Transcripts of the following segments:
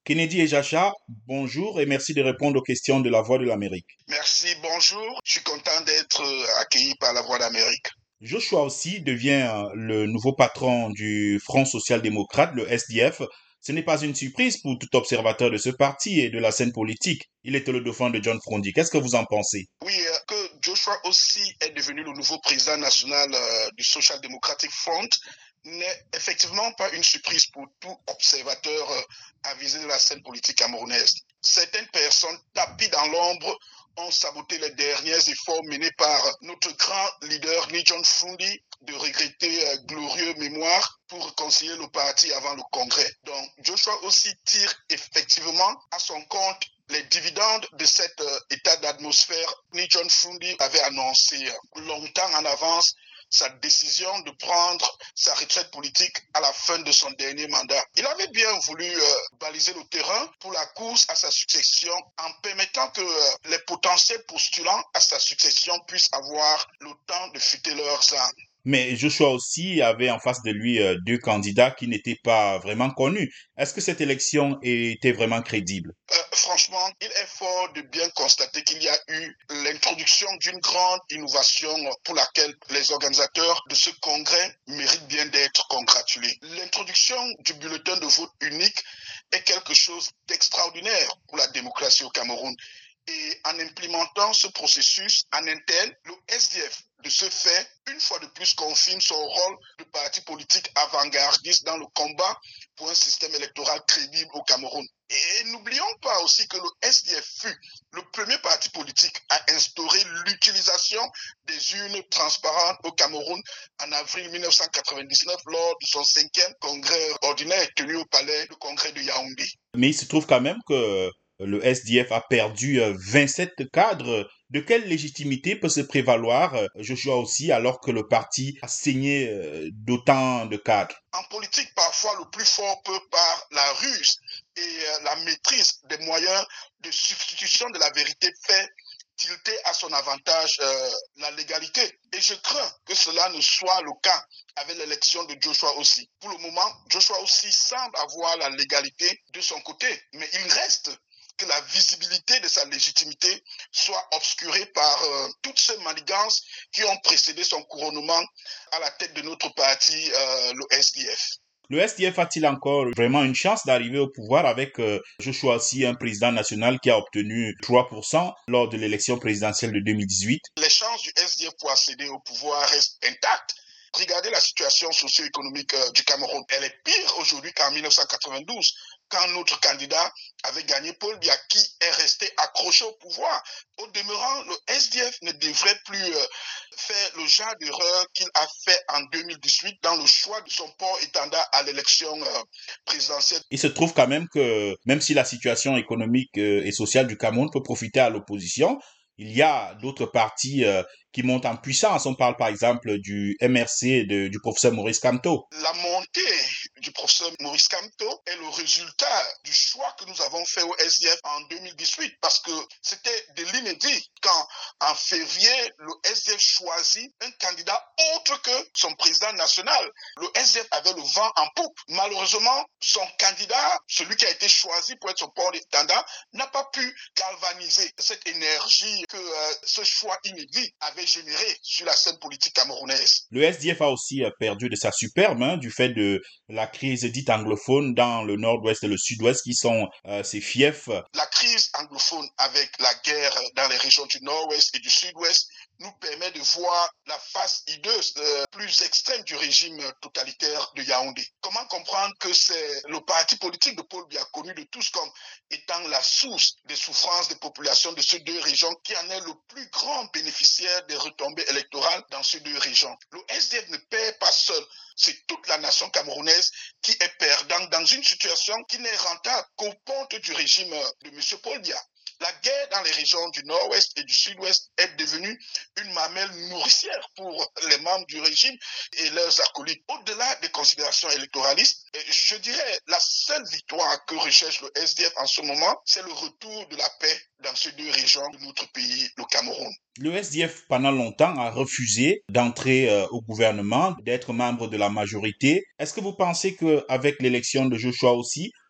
Kennedy et Jacha, bonjour et merci de répondre aux questions de la Voix de l'Amérique. Merci, bonjour. Je suis content d'être accueilli par la Voix d'Amérique. Joshua aussi devient le nouveau patron du Front social-démocrate, le SDF. Ce n'est pas une surprise pour tout observateur de ce parti et de la scène politique. Il était le dauphin de John Frondi. Qu'est-ce que vous en pensez? Oui, que Joshua aussi est devenu le nouveau président national du Social Democratic Front n'est effectivement pas une surprise pour tout observateur avisé de la scène politique camerounaise. Certaines personnes tapis dans l'ombre ont saboté les derniers efforts menés par notre grand leader Ni John Fundi de regretter glorieux mémoire pour réconcilier le parti avant le congrès. Donc Joshua aussi tire effectivement à son compte les dividendes de cet état d'atmosphère. Ni John Fundi avait annoncé longtemps en avance sa décision de prendre sa retraite politique à la fin de son dernier mandat. Il avait bien voulu baliser le terrain pour la course à sa succession en permettant que les potentiels postulants à sa succession puissent avoir le temps de fuiter leurs âmes. Mais Joshua aussi avait en face de lui deux candidats qui n'étaient pas vraiment connus. Est-ce que cette élection était vraiment crédible? Franchement, il est fort de bien constater qu'il y a eu l'introduction d'une grande innovation pour laquelle les organisateurs de ce congrès méritent bien d'être congratulés. L'introduction du bulletin de vote unique est quelque chose d'extraordinaire pour la démocratie au Cameroun. Et en implémentant ce processus en interne, le SDF, de ce fait, une fois de plus, confirme son rôle de parti politique avant-gardiste dans le combat pour un système électoral crédible au Cameroun. Et n'oublions pas aussi que le SDF fut le premier parti politique à instaurer l'utilisation des urnes transparentes au Cameroun en avril 1999 lors de son 5e congrès ordinaire tenu au palais de congrès de Yaoundé. Mais il se trouve quand même que le SDF a perdu 27 cadres. De quelle légitimité peut se prévaloir Joshua aussi alors que le parti a saigné d'autant de cadres? En politique, parfois, le plus fort peut, par la ruse et la maîtrise des moyens de substitution de la vérité, faire tilter à son avantage la légalité. Et je crains que cela ne soit le cas avec l'élection de Joshua aussi. Pour le moment, Joshua aussi semble avoir la légalité de son côté, mais il reste que la visibilité de sa légitimité soit obscurée par toutes ces manigances qui ont précédé son couronnement à la tête de notre parti, le SDF. Le SDF a-t-il encore vraiment une chance d'arriver au pouvoir avec Joshua aussi, un président national qui a obtenu 3% lors de l'élection présidentielle de 2018? Les chances du SDF pour accéder au pouvoir restent intactes. Regardez la situation socio-économique du Cameroun. Elle est pire aujourd'hui qu'en 1992, quand notre candidat avait gagné Paul Biya, qui est resté accroché au pouvoir. Au demeurant, le SDF ne devrait plus faire le genre d'erreur qu'il a fait en 2018 dans le choix de son port-étendard à l'élection présidentielle. Il se trouve quand même que même si la situation économique et sociale du Cameroun peut profiter à l'opposition, il y a d'autres partis qui montent en puissance. On parle par exemple du MRC du professeur Maurice Kamto. La montée du professeur Maurice Kamto est le résultat du choix que nous avons fait au SDF en 2018 parce que c'était de l'inédit quand en février le SDF choisit un candidat autre que son président national. Le SDF avait le vent en poupe. Malheureusement, son candidat, celui qui a été choisi pour être son porte-étendard, n'a pas pu galvaniser cette énergie que ce choix inédit avait généré sur la scène politique camerounaise. Le SDF a aussi perdu de sa superbe du fait de la crise dite anglophone dans le nord-ouest et le sud-ouest qui sont ses fiefs. La crise anglophone avec la guerre dans les régions du nord-ouest et du sud-ouest nous permet de voir la face hideuse plus extrême du régime totalitaire de Yaoundé. Comment comprendre que c'est le parti politique de Paul Biya, connu de tous comme étant la source des souffrances des populations de ces deux régions, qui en est le plus grand bénéficiaire des retombées électorales dans ces deux régions. Le SDF ne perd pas seul, c'est toute la nation camerounaise qui est perdante dans une situation qui n'est rentable qu'au compte du régime de M. Paul Biya. La guerre dans les régions du nord-ouest et du sud-ouest est devenue une mamelle nourricière pour les membres du régime et leurs acolytes. Au-delà des considérations électoralistes, je dirais la seule victoire que recherche le SDF en ce moment, c'est le retour de la paix dans ces deux régions de notre pays, le Cameroun. Le SDF, pendant longtemps, a refusé d'entrer au gouvernement, d'être membre de la majorité. Est-ce que vous pensez qu'avec l'élection de Joshua aussi,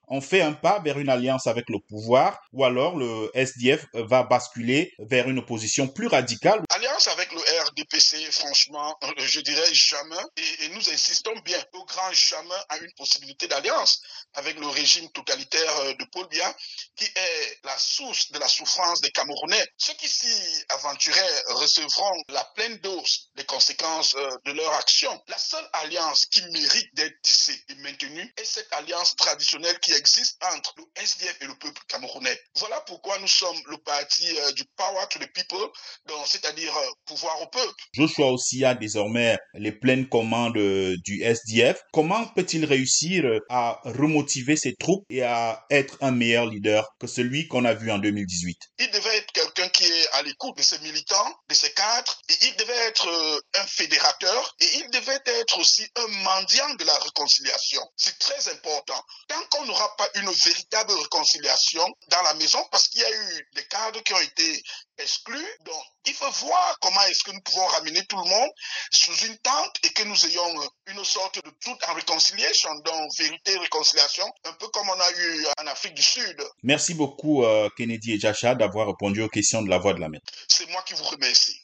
on fait un pas vers une alliance avec le pouvoir ou alors le SDF va basculer vers une opposition plus radicale? Alliance avec le RDPC, franchement, je dirais jamais. Et nous insistons bien au grand jamais à une possibilité d'alliance avec le régime totalitaire de Paul Biya, qui est la source de la souffrance des Camerounais. Ceux qui s'y aventuraient recevront la pleine dose des conséquences de leur action. La seule alliance qui mérite d'être tissée et maintenue est cette alliance traditionnelle qui existe entre le SDF et le peuple camerounais. Voilà pourquoi nous sommes le parti du Power to the People, c'est-à-dire pouvoir au peuple. Joshua aussi a désormais les pleines commandes du SDF. Comment peut-il réussir à remotiver ses troupes et à être un meilleur leader que celui qu'on a vu en 2018? Il devait être quelqu'un qui est à l'écoute de ses militants, de ses cadres, et il devait être un fédérateur, et il devait être aussi un mendiant de la réconciliation. C'est très important. Tant qu'on n'aura pas une véritable réconciliation dans la maison, parce qu'il y a eu des cadres qui ont été exclus, donc il faut voir comment est-ce que nous pouvons ramener tout le monde sous une tente et que nous ayons une sorte de truth and reconciliation, donc vérité et réconciliation, un peu comme on a eu en Afrique du Sud. Merci beaucoup Kennedy Ejacha d'avoir répondu aux questions de la Voix de l'Amérique. C'est moi qui vous remercie.